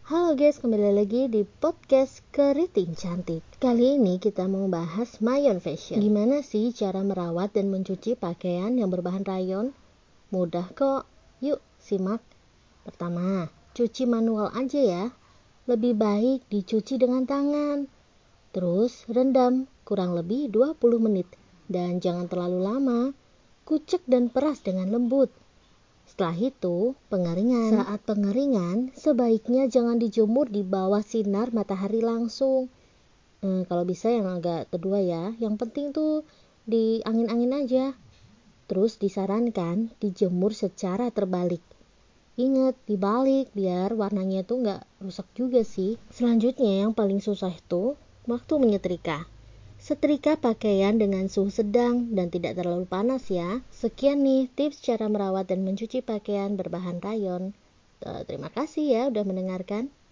Halo guys, kembali lagi di podcast Keriting Cantik. Kali ini kita mau bahas Mayon Fashion. Gimana sih cara merawat dan mencuci pakaian yang berbahan rayon? Mudah kok, yuk simak. Pertama, cuci manual aja ya. Lebih baik dicuci dengan tangan. Terus rendam kurang lebih 20 menit. Dan jangan terlalu lama. Kucek dan peras dengan lembut. Setelah itu, pengeringan. Saat pengeringan, sebaiknya jangan dijemur di bawah sinar matahari langsung. Kalau bisa yang agak kedua ya. Yang penting tuh di angin-angin aja. Terus disarankan dijemur secara terbalik. Ingat, dibalik biar warnanya tuh nggak rusak juga sih. Selanjutnya yang paling susah itu waktu menyetrika. Setrika pakaian dengan suhu sedang dan tidak terlalu panas ya. Sekian nih tips cara merawat dan mencuci pakaian berbahan rayon. Terima kasih ya udah mendengarkan.